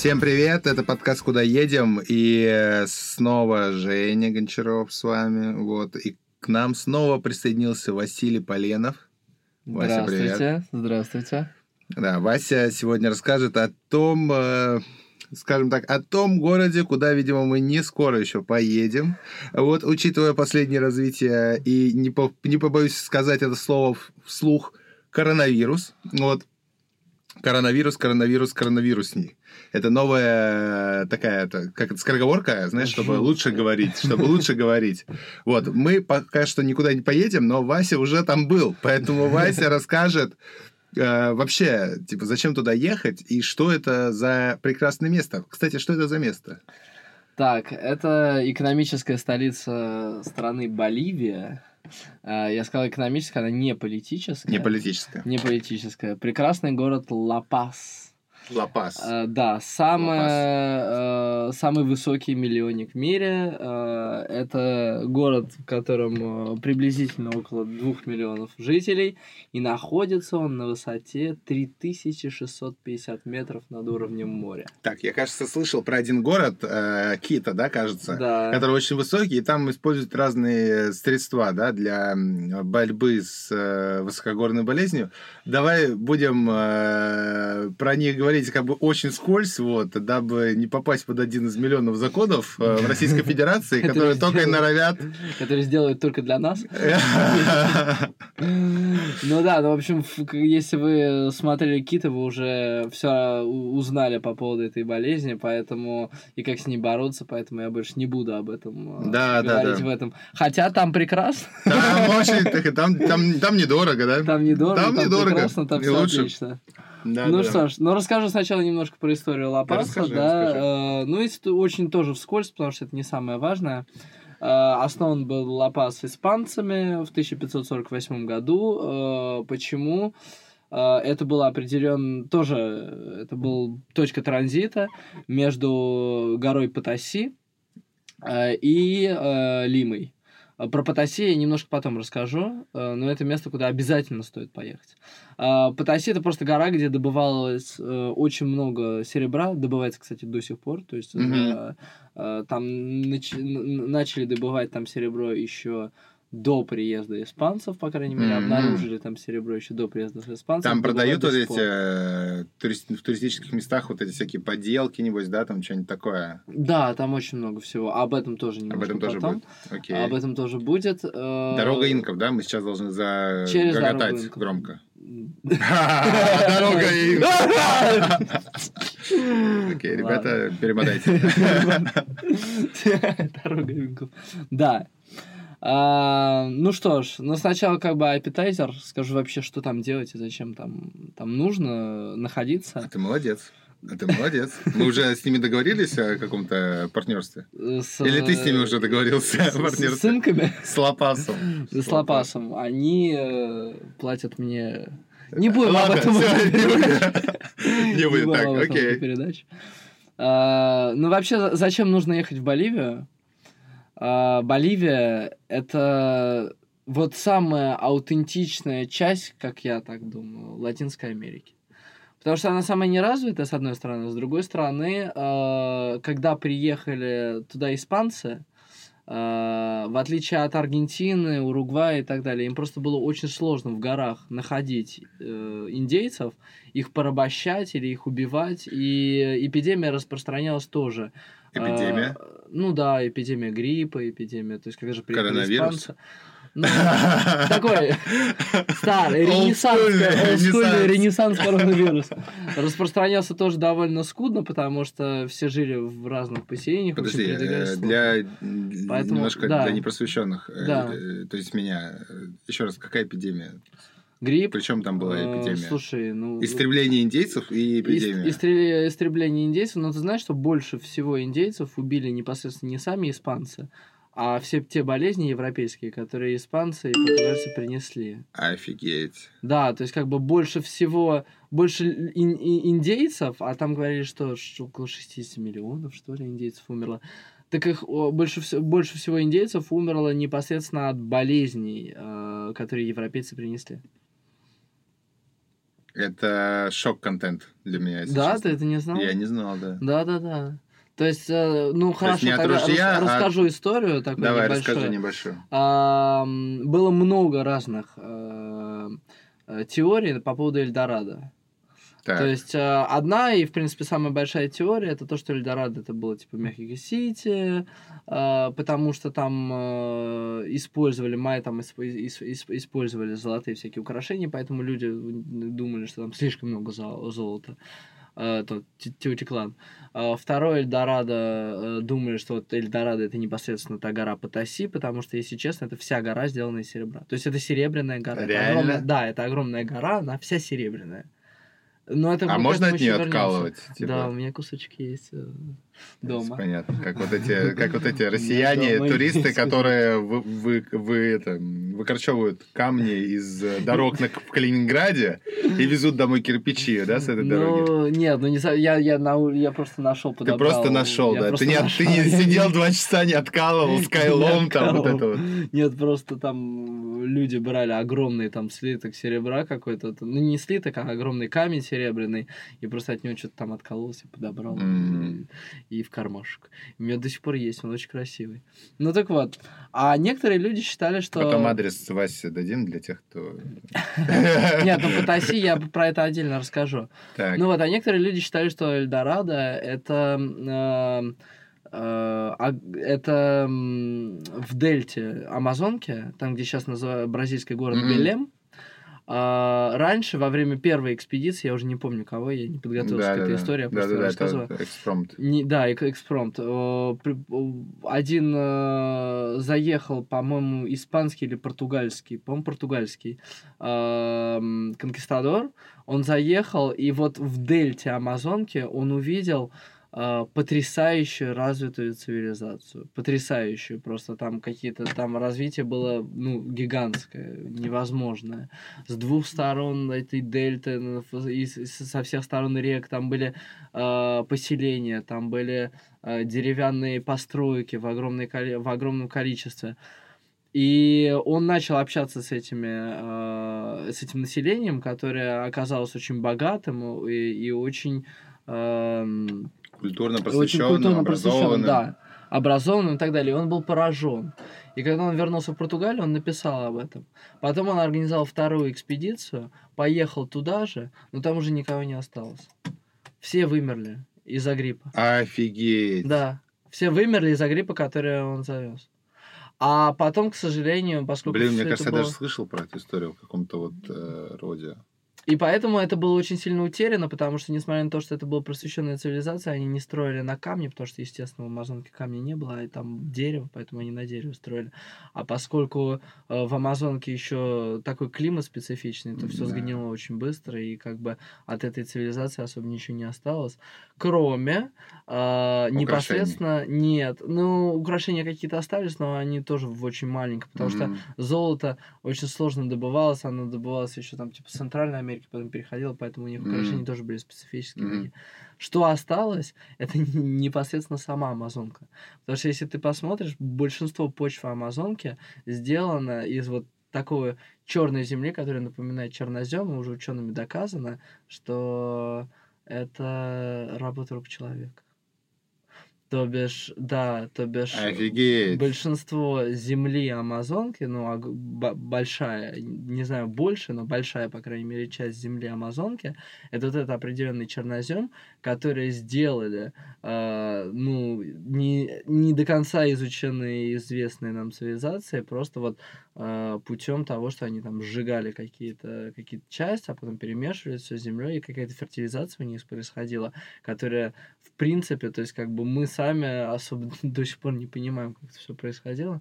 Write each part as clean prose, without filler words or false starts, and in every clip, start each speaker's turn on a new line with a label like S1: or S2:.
S1: Всем привет, это подкаст «Куда едем», и снова Женя Гончаров с вами, вот, и к нам снова присоединился Василий Поленов. Вася, привет.
S2: Здравствуйте.
S1: Да, Вася сегодня расскажет о том, скажем так, о том городе, куда, видимо, мы не скоро еще поедем. Вот, учитывая последнее развитие, и не побоюсь сказать это слово вслух, коронавирус, вот. Коронавирусний. Это новая такая, как это, скороговорка, знаешь, чтобы лучше говорить. Вот, мы пока что никуда не поедем, но Вася уже там был, поэтому Вася расскажет вообще, типа, зачем туда ехать и что это за прекрасное место. Кстати, что это за место?
S2: Так, это экономическая столица страны Боливия. Я сказал экономическая, она не политическая.
S1: Не политическая.
S2: Прекрасный город Ла-Пас.
S1: Ла-Пас.
S2: Да, самый высокий миллионник в мире. Это город, в котором приблизительно около 2 миллионов жителей. И находится он на высоте 3650 метров над уровнем моря.
S1: Так, я, кажется, слышал про один город, Кита, да, кажется?
S2: Да.
S1: Который очень высокий, и там используют разные средства, да, для борьбы с высокогорной болезнью. Давай будем про них говорить как бы очень вскользь, вот, дабы не попасть под один из миллионов законов в Российской Федерации, которые только и норовят...
S2: Которые сделают только для нас. Ну да, в общем, если вы смотрели Кита, вы уже все узнали по поводу этой болезни, поэтому и как с ней бороться, поэтому я больше не буду об этом говорить в этом. Хотя там прекрасно.
S1: Там недорого, да?
S2: Там недорого, прекрасно, там все отлично. Да, что ж, расскажу сначала немножко про историю Ла-Паса. Расскажи. Ну, это очень тоже вскользь, потому что это не самое важное. Основан был Ла-Пас испанцами в 1548 году. Почему? Это было определенно тоже, это была точка транзита между горой Потаси и Лимой. Про Потаси я немножко потом расскажу, но это место, куда обязательно стоит поехать. Потаси — это просто гора, где добывалось очень много серебра, добывается, кстати, до сих пор, то есть там начали добывать там серебро еще до приезда испанцев, по крайней мере, обнаружили там серебро еще до приезда испанцев.
S1: Там продают вот эти в туристических местах вот эти всякие поделки, небось, да, там что-нибудь такое?
S2: Да, там очень много всего. Об этом тоже немножко потом.
S1: Будет. Окей.
S2: Об этом тоже будет.
S1: Дорога инков, да? Мы сейчас должны загоготать громко. Дорога инков. Окей, ребята, перемотайте.
S2: Дорога инков. Да. Ну что ж, сначала как бы аппетайзер, скажу вообще, что там делать и зачем там нужно находиться.
S1: Ты молодец. Мы уже с ними договорились о каком-то партнерстве? Или ты с ними уже договорился о партнерстве?
S2: С инками?
S1: С Ла-Пасом.
S2: С Ла-Пасом. Они платят мне... Не будем об этом
S1: Не будем, так, окей.
S2: Ну вообще, зачем нужно ехать в Боливию? Боливия — это вот самая аутентичная часть, как я так думаю, Латинской Америки. Потому что она самая неразвитая, с одной стороны. С другой стороны, когда приехали туда испанцы, в отличие от Аргентины, Уругвая и так далее, им просто было очень сложно в горах находить индейцев, их порабощать или их убивать, и эпидемия распространялась тоже.
S1: Эпидемия?
S2: Ну да, эпидемия гриппа, эпидемия, то есть когда же приехали испанцы.
S1: Ну,
S2: такой старый ренессанс коронавируса. Распространялся тоже довольно скудно, потому что все жили в разных поселениях.
S1: Подожди, немножко для непросвещенных, то есть меня, еще раз, какая эпидемия?
S2: Грипп.
S1: Причем там была эпидемия?
S2: Слушай,
S1: истребление индейцев и эпидемия.
S2: Истребление индейцев, но ты знаешь, что больше всего индейцев убили непосредственно не сами испанцы, а все те болезни европейские, которые испанцы и португальцы принесли.
S1: Офигеть.
S2: Да, то есть как бы больше индейцев, а там говорили, что около 60 миллионов, что ли, индейцев умерло. Так их больше всего индейцев умерло непосредственно от болезней, которые европейцы принесли.
S1: Это шок-контент для меня, если
S2: Да,
S1: честно.
S2: Ты это не знал?
S1: Я не знал, да.
S2: Да. То есть, ну, хорошо,
S1: тогда
S2: расскажу историю такую
S1: Давай,
S2: небольшую.
S1: расскажи небольшую.
S2: Было много разных теорий по поводу Эльдорадо.
S1: Так.
S2: То есть, одна и, в принципе, самая большая теория, это то, что Эльдорадо это было, типа, Мехико-Сити, потому что там использовали, майя там использовали золотые всякие украшения, поэтому люди думали, что там слишком много золота. Теотиклан. Второй Эльдорадо думали, что вот Эльдорадо это непосредственно та гора Потаси, потому что, если честно, это вся гора сделана из серебра. То есть это серебряная гора.
S1: Реально?
S2: Это огромная гора, она вся серебряная. Но это
S1: можно от нее откалывать?
S2: Типа? Да, у меня кусочки есть дома.
S1: Понятно. Как вот эти россияне, туристы, которые выкорчевывают камни из дорог в Калининграде и везут домой кирпичи, да, с этой дороги?
S2: Нет, я просто нашел, подобрал.
S1: Ты просто нашел, да? Ты не сидел 2 часа, не откалывал скайлом там вот это вот.
S2: Нет, просто там люди брали огромный там слиток серебра какой-то, ну не слиток, а огромный камень серебряный, и просто от него что-то там откололся, подобрал и в кармашек. У меня до сих пор есть, он очень красивый. Ну так вот, а некоторые люди считали, что...
S1: Потом адрес Васе дадим для тех, кто...
S2: Нет, ну Потаси я про это отдельно расскажу. Ну вот, а некоторые люди считали, что Эльдорадо это в дельте Амазонки, там, где сейчас называют бразильский город Белем. Раньше, во время первой экспедиции, я уже не помню кого, я не подготовился к этой истории, я просто рассказываю.
S1: Экспромт.
S2: Да, экспромт. Один заехал, по-моему, испанский или португальский, по-моему, португальский конкистадор. Он заехал, и вот в дельте Амазонки он увидел потрясающую развитую цивилизацию. Потрясающую. Просто там там развитие было, ну, гигантское, невозможное. С 2 сторон этой дельты, и со всех сторон рек, там были поселения, там были деревянные постройки в огромном количестве. И он начал общаться с этим населением, которое оказалось очень богатым и очень...
S1: Культурно просвещенным, образованным.
S2: Да, образованным и так далее. И он был поражен. И когда он вернулся в Португалию, он написал об этом. Потом он организовал вторую экспедицию, поехал туда же, но там уже никого не осталось. Все вымерли из-за гриппа.
S1: Офигеть!
S2: Да, все вымерли из-за гриппа, который он завез. А потом, к сожалению, поскольку...
S1: Блин, мне кажется, я даже слышал про эту историю в каком-то вот роде.
S2: И поэтому это было очень сильно утеряно, потому что, несмотря на то, что это была просвещенная цивилизация, они не строили на камне, потому что, естественно, в Амазонке камня не было, и там дерево, поэтому они на дереве строили. А поскольку в Амазонке еще такой климат специфичный, то все сгнило очень быстро, и как бы от этой цивилизации особо ничего не осталось. Кроме непосредственно... Нет. Ну, украшения какие-то остались, но они тоже в очень маленьком, потому что золото очень сложно добывалось, оно добывалось еще там типа в Центральной Америке, потом переходило, поэтому у них украшения тоже были специфические. Что осталось, это непосредственно сама Амазонка. Потому что если ты посмотришь, большинство почвы Амазонки сделано из вот такой черной земли, которая напоминает чернозем, и уже учеными доказано, что это работа рук человека. То бишь,
S1: Офигеть.
S2: Большинство земли Амазонки, ну, большая, не знаю, больше, но большая, по крайней мере, часть земли Амазонки, это вот этот определенный чернозем, который сделали, ну, не до конца изученные и известные нам цивилизации, просто вот путем того, что они там сжигали какие-то части, а потом перемешивали все с землей, и какая-то фертилизация у них происходила, которая, в принципе, то есть как бы мы сами особо до сих пор не понимаем, как это все происходило,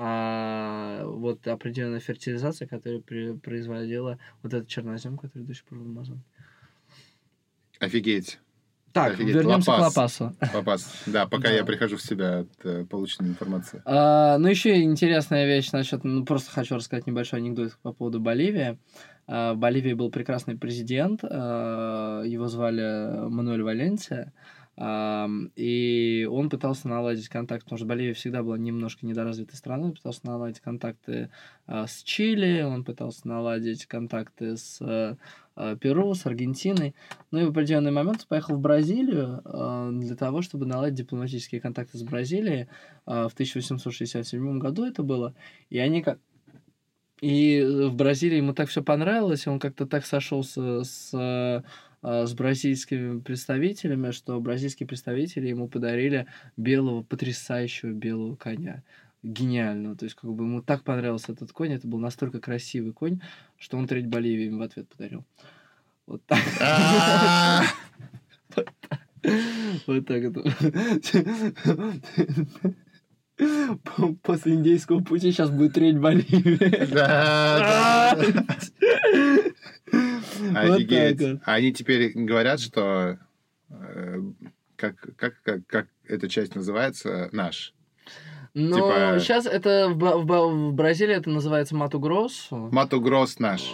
S2: а вот определенная фертилизация, которая производила вот этот чернозем, который до сих пор в Амазонке.
S1: Офигеть.
S2: Так, вернемся к Ла-Пасу.
S1: Ла-Пас, да, пока я прихожу в себя от полученной информации.
S2: Ну, еще интересная вещь насчет... Ну, просто хочу рассказать небольшой анекдот по поводу Боливии. В Боливии был прекрасный президент, его звали Мануэль Валенсия. И он пытался наладить контакт, потому что Боливия всегда была немножко недоразвитой страной, пытался наладить контакты с Чили, он пытался наладить контакты с Перу, с Аргентиной. Ну и в определенный момент он поехал в Бразилию для того, чтобы наладить дипломатические контакты с Бразилией. В 1867 году это было. И в Бразилии ему так все понравилось, он как-то так сошелся с бразильскими представителями, что бразильские представители ему подарили потрясающего белого коня. Гениального. То есть, как бы ему так понравился этот конь, это был настолько красивый конь, что он треть Боливии им в ответ подарил. Вот так. Вот так это. После индейского пути сейчас будет треть Боливии.
S1: Да. Офигеть. Они теперь говорят, что как эта часть называется? Наш.
S2: Ну, сейчас это в Бразилии это называется Мату-Гроссу.
S1: Мату-Гросс наш.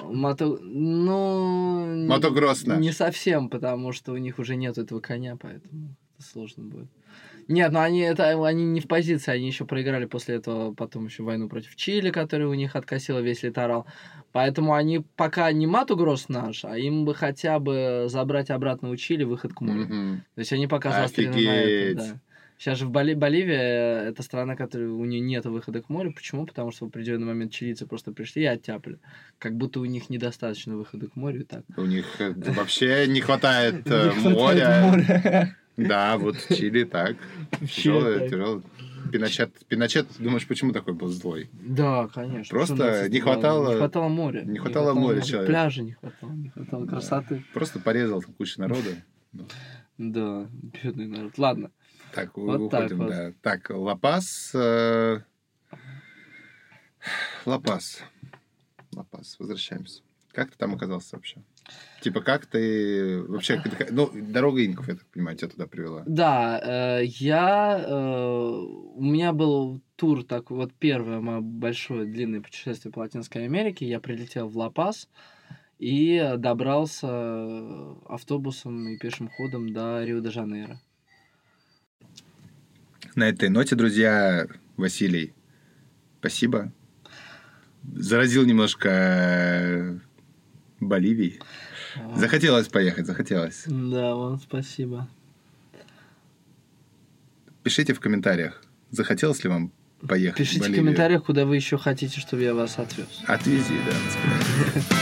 S1: Мату-Гросс наш.
S2: Не совсем, потому что у них уже нет этого коня, поэтому это сложно будет. Нет, но они не в позиции, они еще проиграли после этого потом еще войну против Чили, которая у них откосила весь литерал. Поэтому они пока не Мату-Гросс наш, а им бы хотя бы забрать обратно у Чили выход к морю. То есть они пока заострены на это, да. Сейчас же Боливия это страна, которая у нее нет выхода к морю. Почему? Потому что в определенный момент чилийцы просто пришли и оттяпали. Как будто у них недостаточно выхода к морю и так.
S1: У них вообще не хватает моря. Да, вот в Чили так. Тяжело. Пиночет, думаешь, почему такой был злой?
S2: Да, конечно.
S1: Просто не хватало...
S2: Не хватало моря.
S1: Не хватало моря человеку.
S2: Пляжа не хватало красоты.
S1: Просто порезал кучу народу.
S2: Да, бедный народ. Ладно.
S1: Так, уходим, да. Так, Ла-Пас, возвращаемся. Как ты там оказался вообще? Типа, как ты вообще... Ну, дорога инков, я так понимаю, тебя туда привела.
S2: Да, у меня был тур такой, вот первое мое большое длинное путешествие по Латинской Америке. Я прилетел в Ла-Пас и добрался автобусом и пешим ходом до Рио-де-Жанейро.
S1: На этой ноте, друзья, Василий, спасибо. Заразил немножко Боливии. Захотелось поехать, захотелось.
S2: Да, вам спасибо.
S1: Пишите в комментариях, захотелось ли вам поехать в Боливию.
S2: Пишите в комментариях, куда вы еще хотите, чтобы я вас отвез.
S1: Отвези, да.